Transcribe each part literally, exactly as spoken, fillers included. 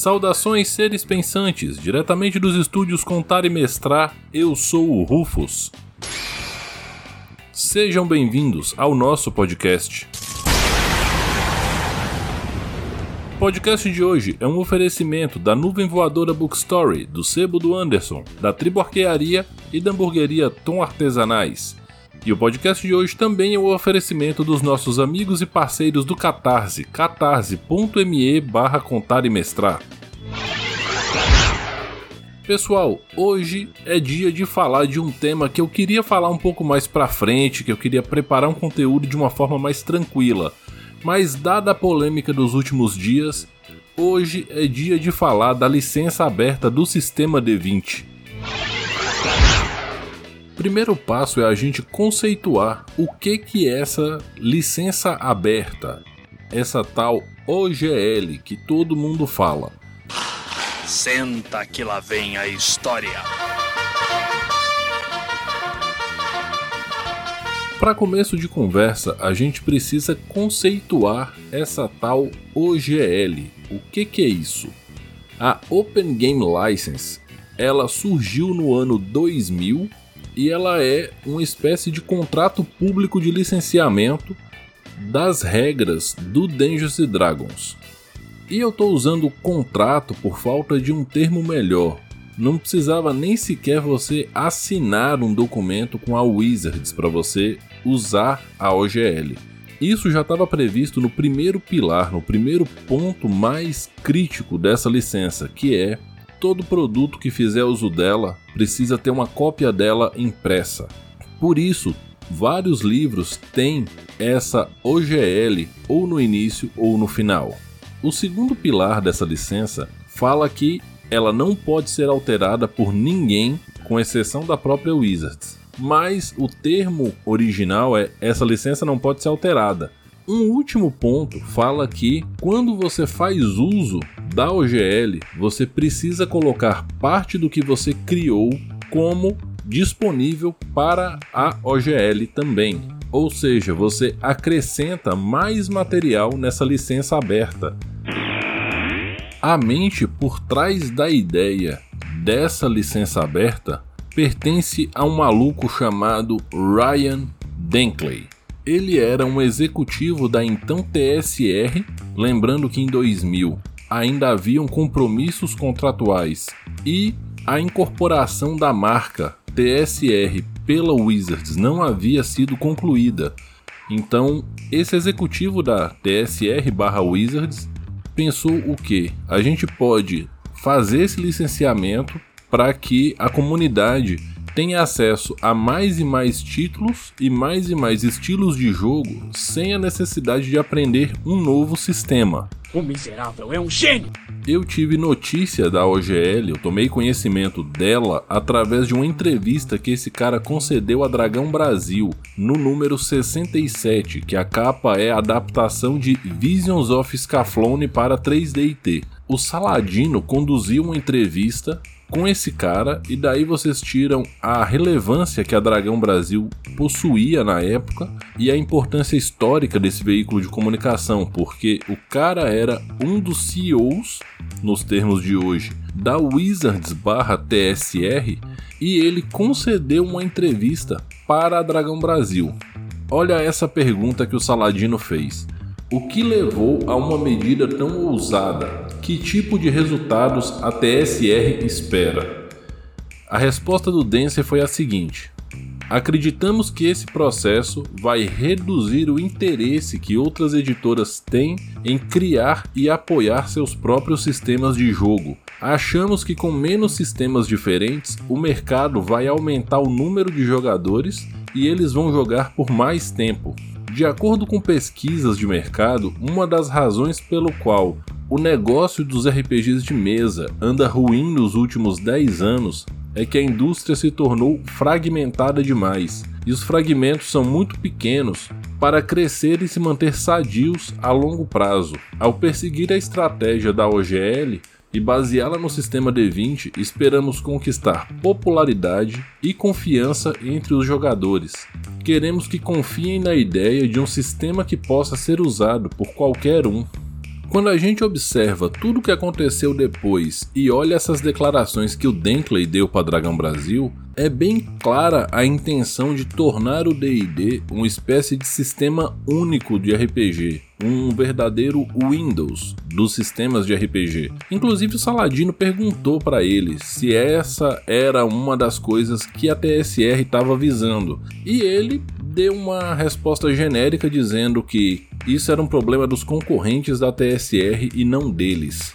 Saudações, seres pensantes, diretamente dos estúdios Contar e Mestrar, eu sou o Rufus. Sejam bem-vindos ao nosso podcast. O podcast de hoje é um oferecimento da Nuvem Voadora Bookstory, do Sebo do Anderson, da Tribo Arquearia e da hamburgueria Tom Artesanais. E o podcast de hoje também é um oferecimento dos nossos amigos e parceiros do Catarse, catarse.me barra contar e mestrar. Pessoal, hoje é dia de falar de um tema que eu queria falar um pouco mais pra frente, que eu queria preparar um conteúdo de uma forma mais tranquila. Mas dada a polêmica dos últimos dias, hoje é dia de falar da licença aberta do sistema D vinte. Primeiro passo é a gente conceituar o que que é essa licença aberta, essa tal O G L que todo mundo fala. Senta que lá vem a história. Para começo de conversa, a gente precisa conceituar essa tal O G L. O que que é isso? A Open Game License, ela surgiu no ano dois mil e ela é uma espécie de contrato público de licenciamento das regras do Dungeons and Dragons. E eu estou usando contrato por falta de um termo melhor. Não precisava nem sequer você assinar um documento com a Wizards para você usar a O G L. Isso já estava previsto no primeiro pilar, no primeiro ponto mais crítico dessa licença, que é: todo produto que fizer uso dela precisa ter uma cópia dela impressa. Por isso, vários livros têm essa O G L ou no início ou no final. O segundo pilar dessa licença fala que ela não pode ser alterada por ninguém, com exceção da própria Wizards. Mas o termo original é: essa licença não pode ser alterada. Um último ponto fala que quando você faz uso da O G L, você precisa colocar parte do que você criou como disponível para a O G L também. Ou seja, você acrescenta mais material nessa licença aberta. A mente por trás da ideia dessa licença aberta pertence a um maluco chamado Ryan Denkley. Ele era um executivo da então T S R, lembrando que em dois mil ainda haviam compromissos contratuais e a incorporação da marca T S R pela Wizards não havia sido concluída. Então, esse executivo da T S R barra Wizards pensou o que? A gente pode fazer esse licenciamento para que a comunidade tenha acesso a mais e mais títulos e mais e mais estilos de jogo sem a necessidade de aprender um novo sistema. O miserável é um gênio! Eu tive notícia da O G L, eu tomei conhecimento dela através de uma entrevista que esse cara concedeu a Dragão Brasil, no número sessenta e sete, que a capa é a adaptação de Visions of Scaflone para três D e T. O Saladino conduziu uma entrevista com esse cara e daí vocês tiram a relevância que a Dragão Brasil possuía na época e a importância histórica desse veículo de comunicação, porque o cara era um dos C E Os, nos termos de hoje, da Wizards barra T S R, e ele concedeu uma entrevista para a Dragão Brasil. Olha essa pergunta que o Saladino fez: o que levou a uma medida tão ousada? Que tipo de resultados a T S R espera? A resposta do Denkley foi a seguinte: acreditamos que esse processo vai reduzir o interesse que outras editoras têm em criar e apoiar seus próprios sistemas de jogo. Achamos que com menos sistemas diferentes, o mercado vai aumentar o número de jogadores e eles vão jogar por mais tempo. De acordo com pesquisas de mercado, uma das razões pelo qual o negócio dos R P Gs de mesa anda ruim nos últimos dez anos é que a indústria se tornou fragmentada demais, e os fragmentos são muito pequenos para crescer e se manter sadios a longo prazo. Ao perseguir a estratégia da O G L e baseá-la no sistema D vinte, esperamos conquistar popularidade e confiança entre os jogadores. Queremos que confiem na ideia de um sistema que possa ser usado por qualquer um. Quando a gente observa tudo o que aconteceu depois e olha essas declarações que o Dankley deu para Dragão Brasil, é bem clara a intenção de tornar o D e D uma espécie de sistema único de R P G, um verdadeiro Windows dos sistemas de R P G. Inclusive o Saladino perguntou para ele se essa era uma das coisas que a T S R estava visando, e ele deu uma resposta genérica dizendo que isso era um problema dos concorrentes da T S R e não deles.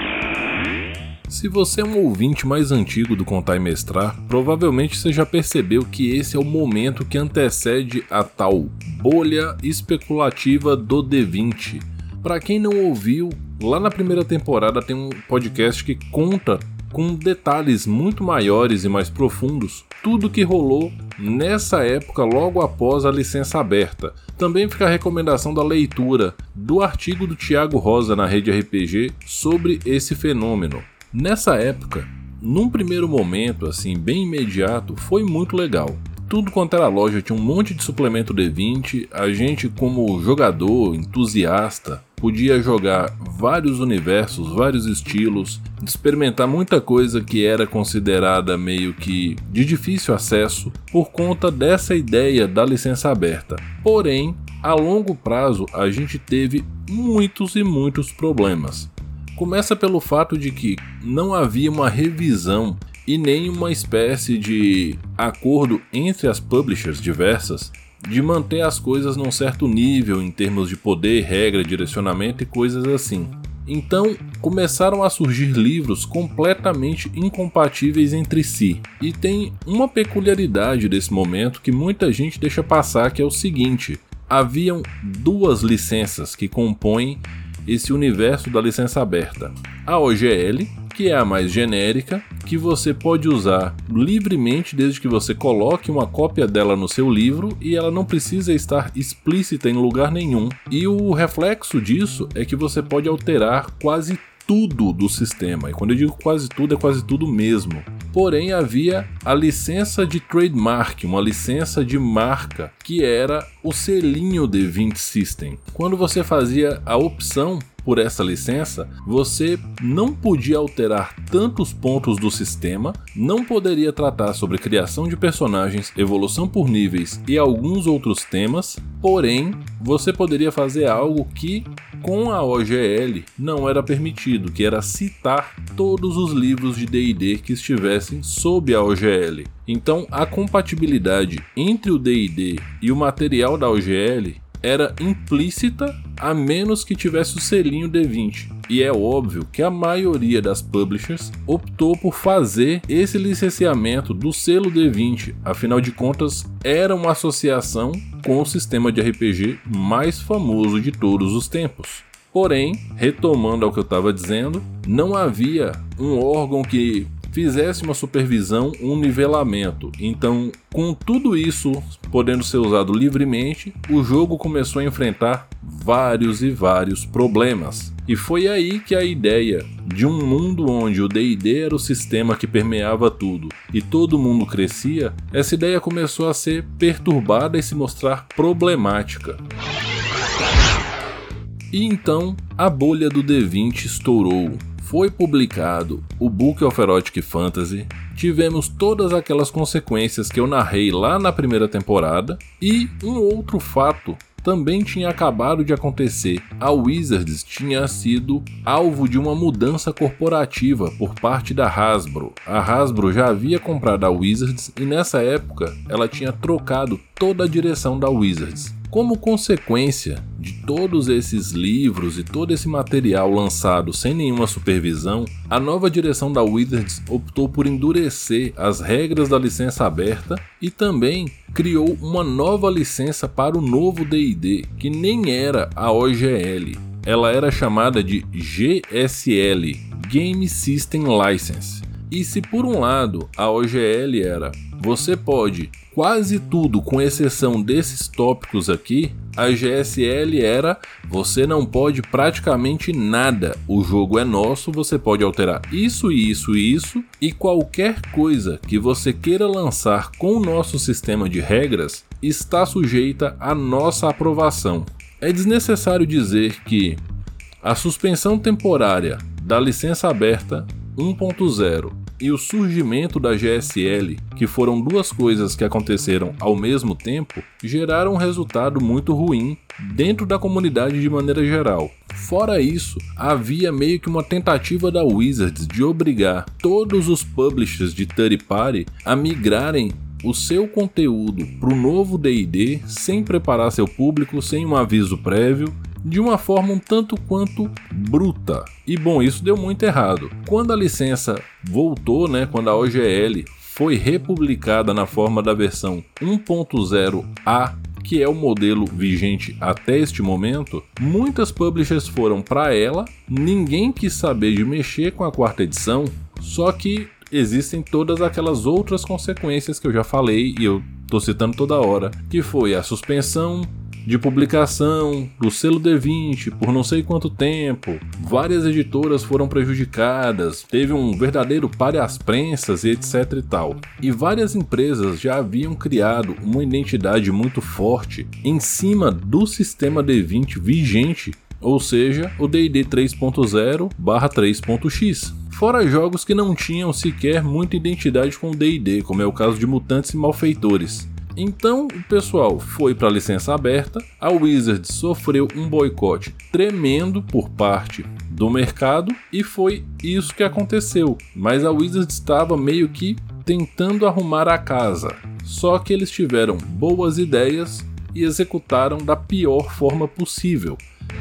Se você é um ouvinte mais antigo do Contar e Mestrar, provavelmente você já percebeu que esse é o momento que antecede a tal bolha especulativa do D vinte. Para quem não ouviu, lá na primeira temporada tem um podcast que conta com detalhes muito maiores e mais profundos tudo que rolou nessa época logo após a licença aberta. Também fica a recomendação da leitura do artigo do Thiago Rosa na Rede R P G sobre esse fenômeno. Nessa época, num primeiro momento, assim, bem imediato, foi muito legal. Tudo quanto era loja tinha um monte de suplemento D vinte, a gente como jogador, entusiasta, podia jogar vários universos, vários estilos, experimentar muita coisa que era considerada meio que de difícil acesso por conta dessa ideia da licença aberta. Porém, a longo prazo a gente teve muitos e muitos problemas. Começa pelo fato de que não havia uma revisão e nem uma espécie de acordo entre as publishers diversas de manter as coisas num certo nível em termos de poder, regra, direcionamento e coisas assim. Então começaram a surgir livros completamente incompatíveis entre si. E tem uma peculiaridade desse momento que muita gente deixa passar, que é o seguinte: haviam duas licenças que compõem esse universo da licença aberta. A O G L, que é a mais genérica, que você pode usar livremente desde que você coloque uma cópia dela no seu livro e ela não precisa estar explícita em lugar nenhum. E o reflexo disso é que você pode alterar quase tudo do sistema. E quando eu digo quase tudo, é quase tudo mesmo. Porém, havia a licença de trademark, uma licença de marca, que era o selinho D vinte System. Quando você fazia a opção por essa licença, você não podia alterar tantos pontos do sistema, não poderia tratar sobre criação de personagens, evolução por níveis e alguns outros temas, porém, você poderia fazer algo que, com a O G L, não era permitido, que era citar todos os livros de D e D que estivessem sob a O G L. Então, a compatibilidade entre o D e D e o material da O G L era implícita, a menos que tivesse o selinho D vinte. E é óbvio que a maioria das publishers optou por fazer esse licenciamento do selo D vinte, afinal de contas era uma associação com o sistema de R P G mais famoso de todos os tempos. Porém, retomando ao que eu estava dizendo, não havia um órgão que fizesse uma supervisão, um nivelamento. Então, com tudo isso podendo ser usado livremente, o jogo começou a enfrentar vários e vários problemas. E foi aí que a ideia de um mundo onde o D e D era o sistema que permeava tudo e todo mundo crescia, essa ideia começou a ser perturbada e se mostrar problemática. E então, a bolha do D vinte estourou. Foi publicado o Book of Erotic Fantasy, tivemos todas aquelas consequências que eu narrei lá na primeira temporada, e um outro fato também tinha acabado de acontecer. A Wizards tinha sido alvo de uma mudança corporativa por parte da Hasbro. A Hasbro já havia comprado a Wizards e nessa época ela tinha trocado toda a direção da Wizards. Como consequência de todos esses livros e todo esse material lançado sem nenhuma supervisão, a nova direção da Wizards optou por endurecer as regras da licença aberta e também criou uma nova licença para o novo D e D, que nem era a O G L. Ela era chamada de G S L, Game System License. E se por um lado a O G L era você pode quase tudo com exceção desses tópicos aqui, a G S L era você não pode praticamente nada, o jogo é nosso, você pode alterar isso e isso e isso, e qualquer coisa que você queira lançar com o nosso sistema de regras está sujeita à nossa aprovação. É desnecessário dizer que A suspensão temporária da licença aberta um ponto zero e o surgimento da G S L, que foram duas coisas que aconteceram ao mesmo tempo, geraram um resultado muito ruim dentro da comunidade de maneira geral. Fora isso, havia meio que uma tentativa da Wizards de obrigar todos os publishers de third party a migrarem o seu conteúdo para o novo D e D sem preparar seu público, sem um aviso prévio, de uma forma um tanto quanto bruta. E bom, isso deu muito errado. Quando a licença voltou, né, quando a O G L foi republicada na forma da versão um ponto zero A, que é o modelo vigente até este momento, muitas publishers foram para ela, ninguém quis saber de mexer com a quarta edição, só que existem todas aquelas outras consequências que eu já falei e eu tô citando toda hora, que foi a suspensão de publicação do selo D vinte por não sei quanto tempo, várias editoras foram prejudicadas, teve um verdadeiro pare às prensas e etc e tal. E várias empresas já haviam criado uma identidade muito forte em cima do sistema D vinte vigente, ou seja, o D e D três ponto zero barra três ponto x. Fora jogos que não tinham sequer muita identidade com o D e D, como é o caso de Mutantes e Malfeitores. Então o pessoal foi para a licença aberta, a Wizards sofreu um boicote tremendo por parte do mercado e foi isso que aconteceu. Mas a Wizards estava meio que tentando arrumar a casa, só que eles tiveram boas ideias e executaram da pior forma possível.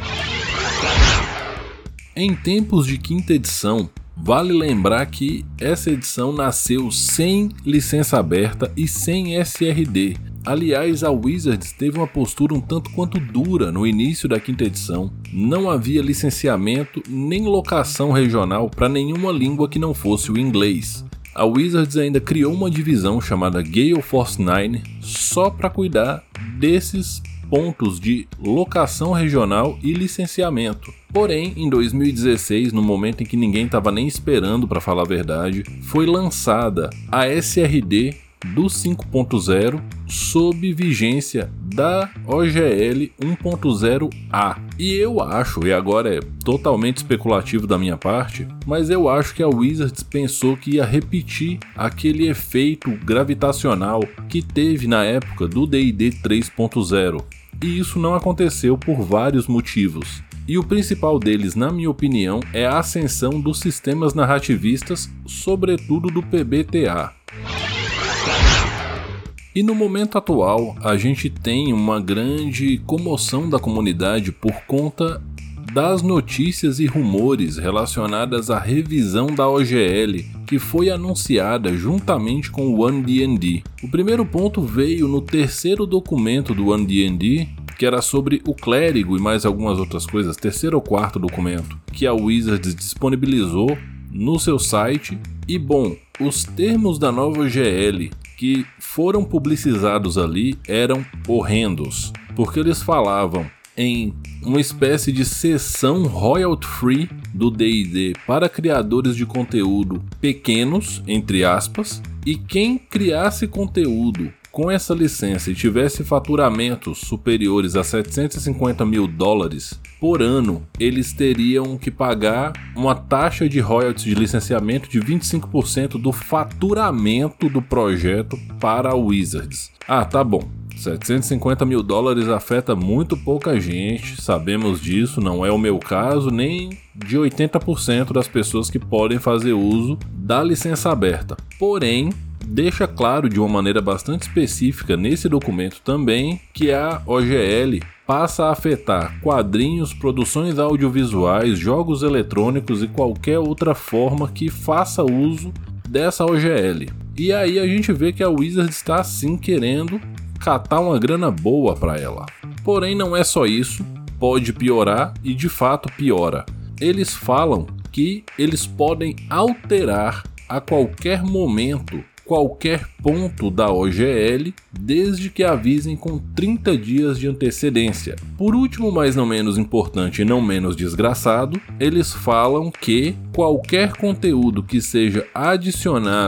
Em tempos de quinta edição, vale lembrar que essa edição nasceu sem licença aberta e sem S R D. Aliás, a Wizards teve uma postura um tanto quanto dura no início da quinta edição. Não havia licenciamento nem locação regional para nenhuma língua que não fosse o inglês. A Wizards ainda criou uma divisão chamada Gale Force nove só para cuidar desses pontos de locação regional e licenciamento. Porém, em dois mil e dezesseis, no momento em que ninguém estava nem esperando, para falar a verdade, foi lançada a S R D do cinco ponto zero sob vigência da O G L um ponto zero A. E eu acho, e agora é totalmente especulativo da minha parte, mas eu acho que a Wizards pensou que ia repetir aquele efeito gravitacional que teve na época do D e D três ponto zero. E isso não aconteceu por vários motivos. E o principal deles, na minha opinião, é a ascensão dos sistemas narrativistas, sobretudo do P B T A. E no momento atual, a gente tem uma grande comoção da comunidade por conta das notícias e rumores relacionadas à revisão da O G L, que foi anunciada juntamente com o One D and D. O primeiro ponto veio no terceiro documento do One D and D, que era sobre o clérigo e mais algumas outras coisas, terceiro ou quarto documento, que a Wizards disponibilizou no seu site. E bom, os termos da nova O G L que foram publicizados ali eram horrendos, porque eles falavam em uma espécie de seção royalty free do D e D para criadores de conteúdo pequenos, entre aspas, e quem criasse conteúdo com essa licença e tivesse faturamentos superiores a setecentos e cinquenta mil dólares por ano, eles teriam que pagar uma taxa de royalties de licenciamento de vinte e cinco por cento do faturamento do projeto para a Wizards. Ah, tá bom. setecentos e cinquenta mil dólares afeta muito pouca gente, sabemos disso, não é o meu caso, nem de oitenta por cento das pessoas que podem fazer uso da licença aberta. Porém, deixa claro de uma maneira bastante específica nesse documento também que a O G L passa a afetar quadrinhos, produções audiovisuais, jogos eletrônicos e qualquer outra forma que faça uso dessa O G L. E aí a gente vê que a Wizards está sim querendo catar uma grana boa para ela. Porém, não é só isso, pode piorar e de fato piora. Eles falam que eles podem alterar a qualquer momento qualquer ponto da O G L, desde que avisem com trinta dias de antecedência. Por último, mas não menos importante e não menos desgraçado, eles falam que qualquer conteúdo que seja adicionado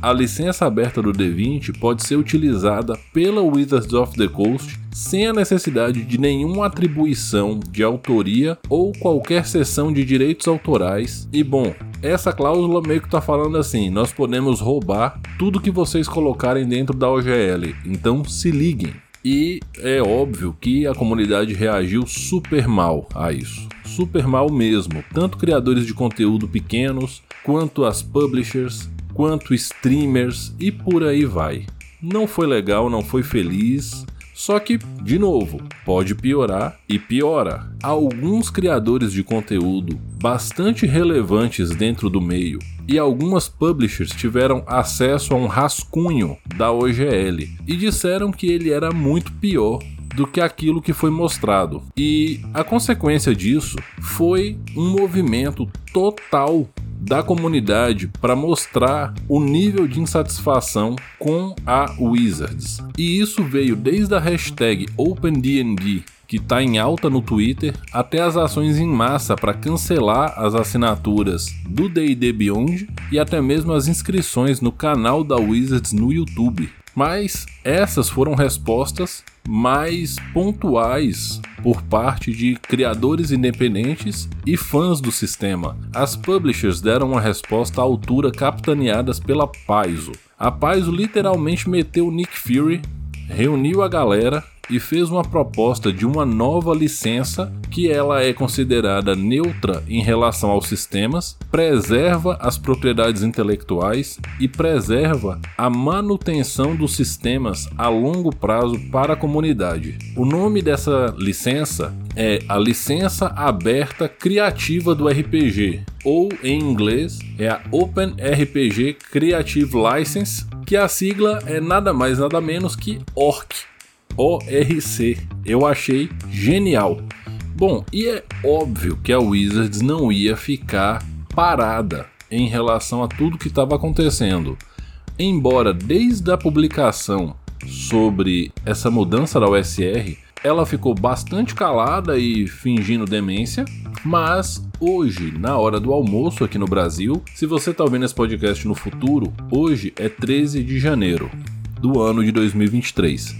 a licença aberta do D vinte pode ser utilizada pela Wizards of the Coast sem a necessidade de nenhuma atribuição de autoria ou qualquer cessão de direitos autorais. E bom, essa cláusula meio que tá falando assim, nós podemos roubar tudo que vocês colocarem dentro da O G L, então se liguem. E é óbvio que a comunidade reagiu super mal a isso, super mal mesmo, tanto criadores de conteúdo pequenos, quanto as publishers, quanto streamers e por aí vai. Não foi legal, não foi feliz. Só que, de novo, pode piorar e piora. Alguns criadores de conteúdo bastante relevantes dentro do meio e algumas publishers tiveram acesso a um rascunho da O G L e disseram que ele era muito pior do que aquilo que foi mostrado. E a consequência disso foi um movimento total da comunidade para mostrar o nível de insatisfação com a Wizards. E isso veio desde a hashtag OpenDND, que está em alta no Twitter, até as ações em massa para cancelar as assinaturas do D e D Beyond e até mesmo as inscrições no canal da Wizards no YouTube. Mas essas foram respostas mais pontuais por parte de criadores independentes e fãs do sistema. As publishers deram uma resposta à altura capitaneadas pela Paizo. A Paizo literalmente meteu o Nick Fury, reuniu a galera e fez uma proposta de uma nova licença que ela é considerada neutra em relação aos sistemas, preserva as propriedades intelectuais e preserva a manutenção dos sistemas a longo prazo para a comunidade. O nome dessa licença é a Licença Aberta Criativa do R P G, ou em inglês é a Open R P G Creative License, que a sigla é nada mais nada menos que O R C. O R C. Eu achei genial. Bom, e é óbvio que a Wizards não ia ficar parada em relação a tudo que estava acontecendo. Embora desde a publicação sobre essa mudança da O S R, ela ficou bastante calada e fingindo demência, mas hoje, na hora do almoço aqui no Brasil, se você está ouvindo esse podcast no futuro, hoje é treze de janeiro do ano de dois mil e vinte e três.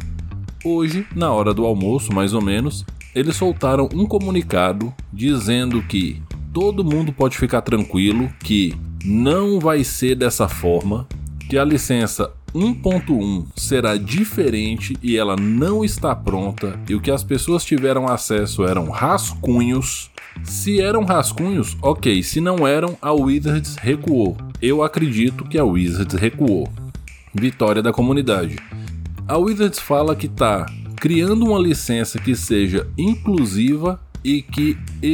Hoje, na hora do almoço, mais ou menos, eles soltaram um comunicado dizendo que todo mundo pode ficar tranquilo, que não vai ser dessa forma, que a licença um ponto um será diferente e ela não está pronta, e o que as pessoas tiveram acesso eram rascunhos. Se eram rascunhos, ok, se não eram, a Wizards recuou. Eu acredito que a Wizards recuou. Vitória da comunidade. A Wizards fala que está criando uma licença que seja inclusiva e que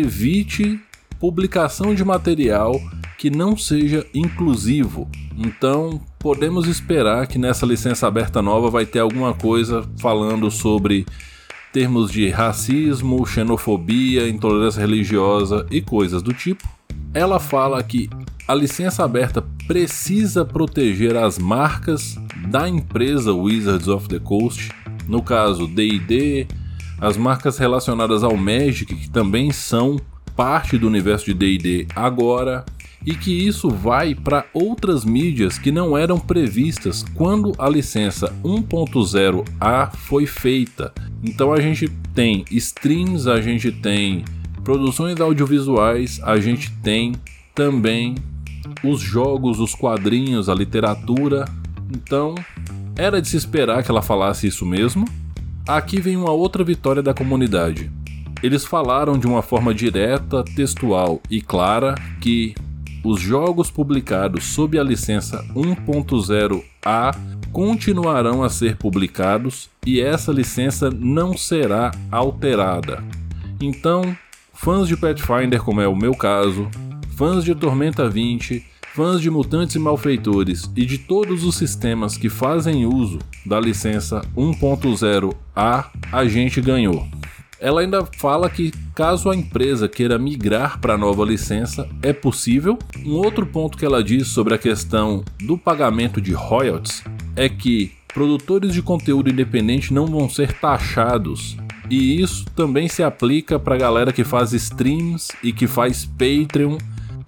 evite publicação de material que não seja inclusivo. Então, podemos esperar que nessa licença aberta nova vai ter alguma coisa falando sobre termos de racismo, xenofobia, intolerância religiosa e coisas do tipo. Ela fala que a licença aberta precisa proteger as marcas da empresa Wizards of the Coast, no caso D e D, as marcas relacionadas ao Magic, que também são parte do universo de D e D agora, e que isso vai para outras mídias que não eram previstas quando a licença um ponto zero A foi feita. Então a gente tem streams, a gente tem produções audiovisuais, a gente tem também os jogos, os quadrinhos, a literatura. Então era de se esperar que ela falasse isso mesmo. Aqui vem uma outra vitória da comunidade. Eles falaram de uma forma direta, textual e clara que os jogos publicados sob a licença um ponto zero A continuarão a ser publicados e essa licença não será alterada. Então, fãs de Pathfinder, como é o meu caso, fãs de Tormenta vinte, fãs de Mutantes e Malfeitores e de todos os sistemas que fazem uso da licença um ponto zero A, a gente ganhou. Ela ainda fala que caso a empresa queira migrar para a nova licença, é possível. Um outro ponto que ela diz sobre a questão do pagamento de royalties é que produtores de conteúdo independente não vão ser taxados. E isso também se aplica para a galera que faz streams e que faz Patreon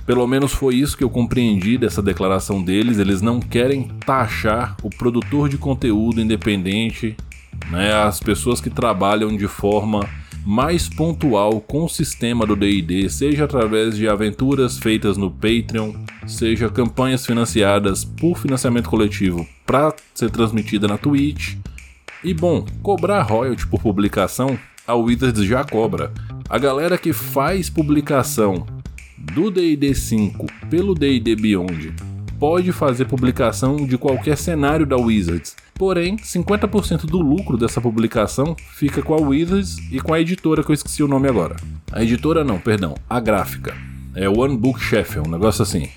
Pelo menos foi isso que eu compreendi dessa declaração deles. Eles não querem taxar o produtor de conteúdo independente, né, as pessoas que trabalham de forma mais pontual com o sistema do D e D, seja através de aventuras feitas no Patreon, seja campanhas financiadas por financiamento coletivo para ser transmitida na Twitch. E bom, cobrar royalty por publicação, a Wizards já cobra. A galera que faz publicação do D e D cinco pelo D e D Beyond pode fazer publicação de qualquer cenário da Wizards, porém cinquenta por cento do lucro dessa publicação fica com a Wizards e com a editora que eu esqueci o nome agora. A editora não, perdão, a gráfica. É One Book Chef, um negócio assim.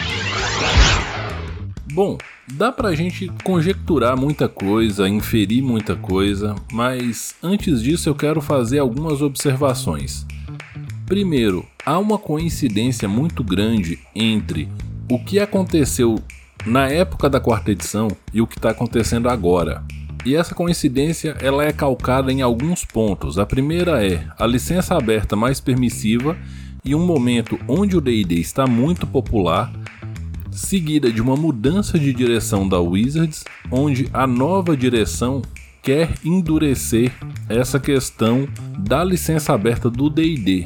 Bom, dá pra gente conjecturar muita coisa, inferir muita coisa, mas antes disso eu quero fazer algumas observações. Primeiro, há uma coincidência muito grande entre o que aconteceu na época da quarta edição e o que está acontecendo agora. E essa coincidência ela é calcada em alguns pontos. A primeira é a licença aberta mais permissiva e um momento onde o D e D está muito popular, seguida de uma mudança de direção da Wizards, onde a nova direção quer endurecer essa questão da licença aberta do D e D.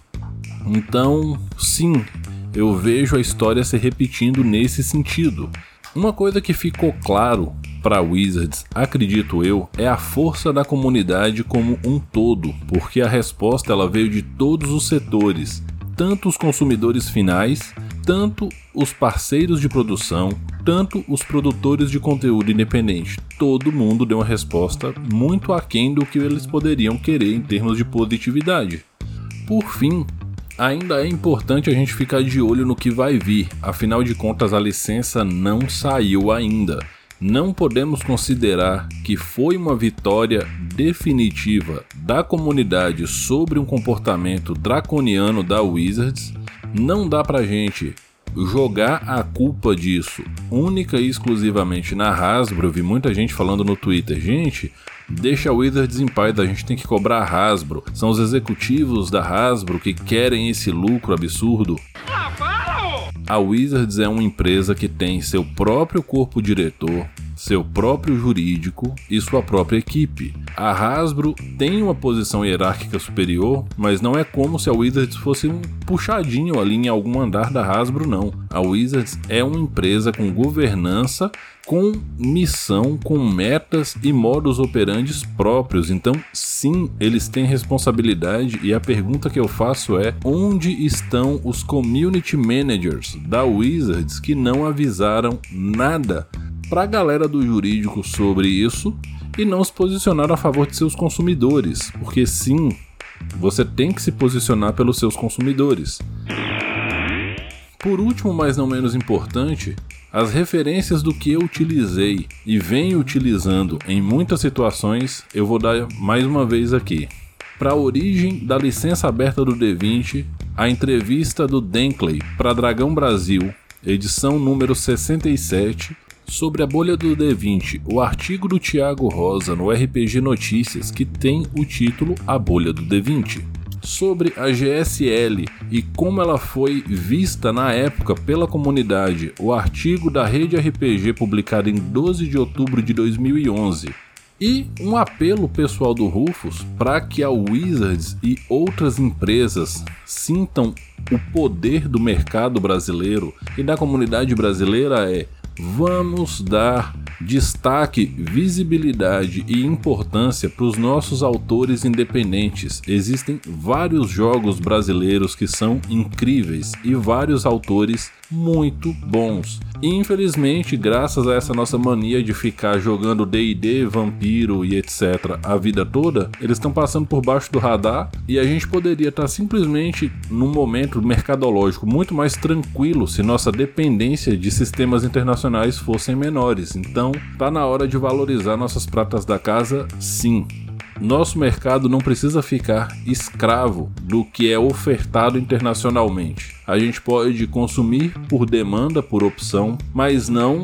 Então, sim, eu vejo a história se repetindo nesse sentido. Uma coisa que ficou claro para Wizards, acredito eu, é a força da comunidade como um todo, porque a resposta ela veio de todos os setores, tanto os consumidores finais, tanto os parceiros de produção, tanto os produtores de conteúdo independente. Todo mundo deu uma resposta muito aquém do que eles poderiam querer em termos de positividade. Por fim, ainda é importante a gente ficar de olho no que vai vir, afinal de contas a licença não saiu ainda. Não podemos considerar que foi uma vitória definitiva da comunidade sobre um comportamento draconiano da Wizards. Não dá pra gente jogar a culpa disso única e exclusivamente na Hasbro. Eu vi muita gente falando no Twitter, gente, deixa a Wizards em paz, a gente tem que cobrar a Hasbro. São os executivos da Hasbro que querem esse lucro absurdo. A Wizards é uma empresa que tem seu próprio corpo diretor, seu próprio jurídico e sua própria equipe. A Hasbro tem uma posição hierárquica superior, mas não é como se a Wizards fosse um puxadinho ali em algum andar da Hasbro, não. A Wizards é uma empresa com governança, com missão, com metas e modus operandi próprios. Então, sim, eles têm responsabilidade e a pergunta que eu faço é: onde estão os community managers da Wizards que não avisaram nada para a galera do jurídico sobre isso e não se posicionaram a favor de seus consumidores? Porque sim, você tem que se posicionar pelos seus consumidores. Por último, mas não menos importante, as referências do que eu utilizei e venho utilizando em muitas situações, eu vou dar mais uma vez aqui. Para a origem da licença aberta do D vinte, a entrevista do Denkley para Dragão Brasil, edição número sessenta e sete, sobre a bolha do D vinte, o artigo do Thiago Rosa no R P G Notícias, que tem o título A Bolha do D vinte. Sobre a G S L e como ela foi vista na época pela comunidade, o artigo da Rede R P G publicado em doze de outubro de dois mil e onze. E um apelo pessoal do Rufus para que a Wizards e outras empresas sintam o poder do mercado brasileiro e da comunidade brasileira é: vamos dar destaque, visibilidade e importância para os nossos autores independentes. Existem vários jogos brasileiros que são incríveis e vários autores muito bons. E, infelizmente, graças a essa nossa mania de ficar jogando D e D, Vampiro e etcétera a vida toda, eles estão passando por baixo do radar e a gente poderia estar simplesmente num momento mercadológico muito mais tranquilo se nossa dependência de sistemas internacionais fossem menores. Então, tá na hora de valorizar nossas pratas da casa, sim. Nosso mercado não precisa ficar escravo do que é ofertado internacionalmente. A gente pode consumir por demanda, por opção, mas não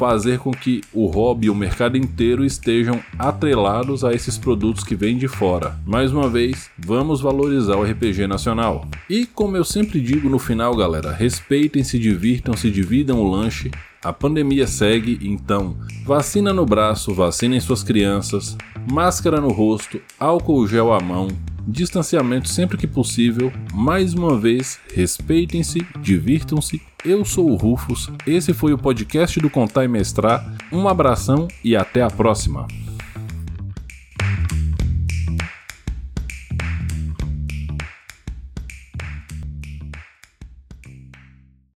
fazer com que o hobby e o mercado inteiro estejam atrelados a esses produtos que vêm de fora. Mais uma vez, vamos valorizar o R P G nacional. E como eu sempre digo no final, galera, respeitem-se, divirtam-se, dividam o lanche. A pandemia segue, então vacina no braço, vacinem suas crianças, máscara no rosto, álcool gel à mão, distanciamento sempre que possível. Mais uma vez, respeitem-se, divirtam-se. Eu sou o Rufus, esse foi o podcast do Contar e Mestrar. Um abração e até a próxima.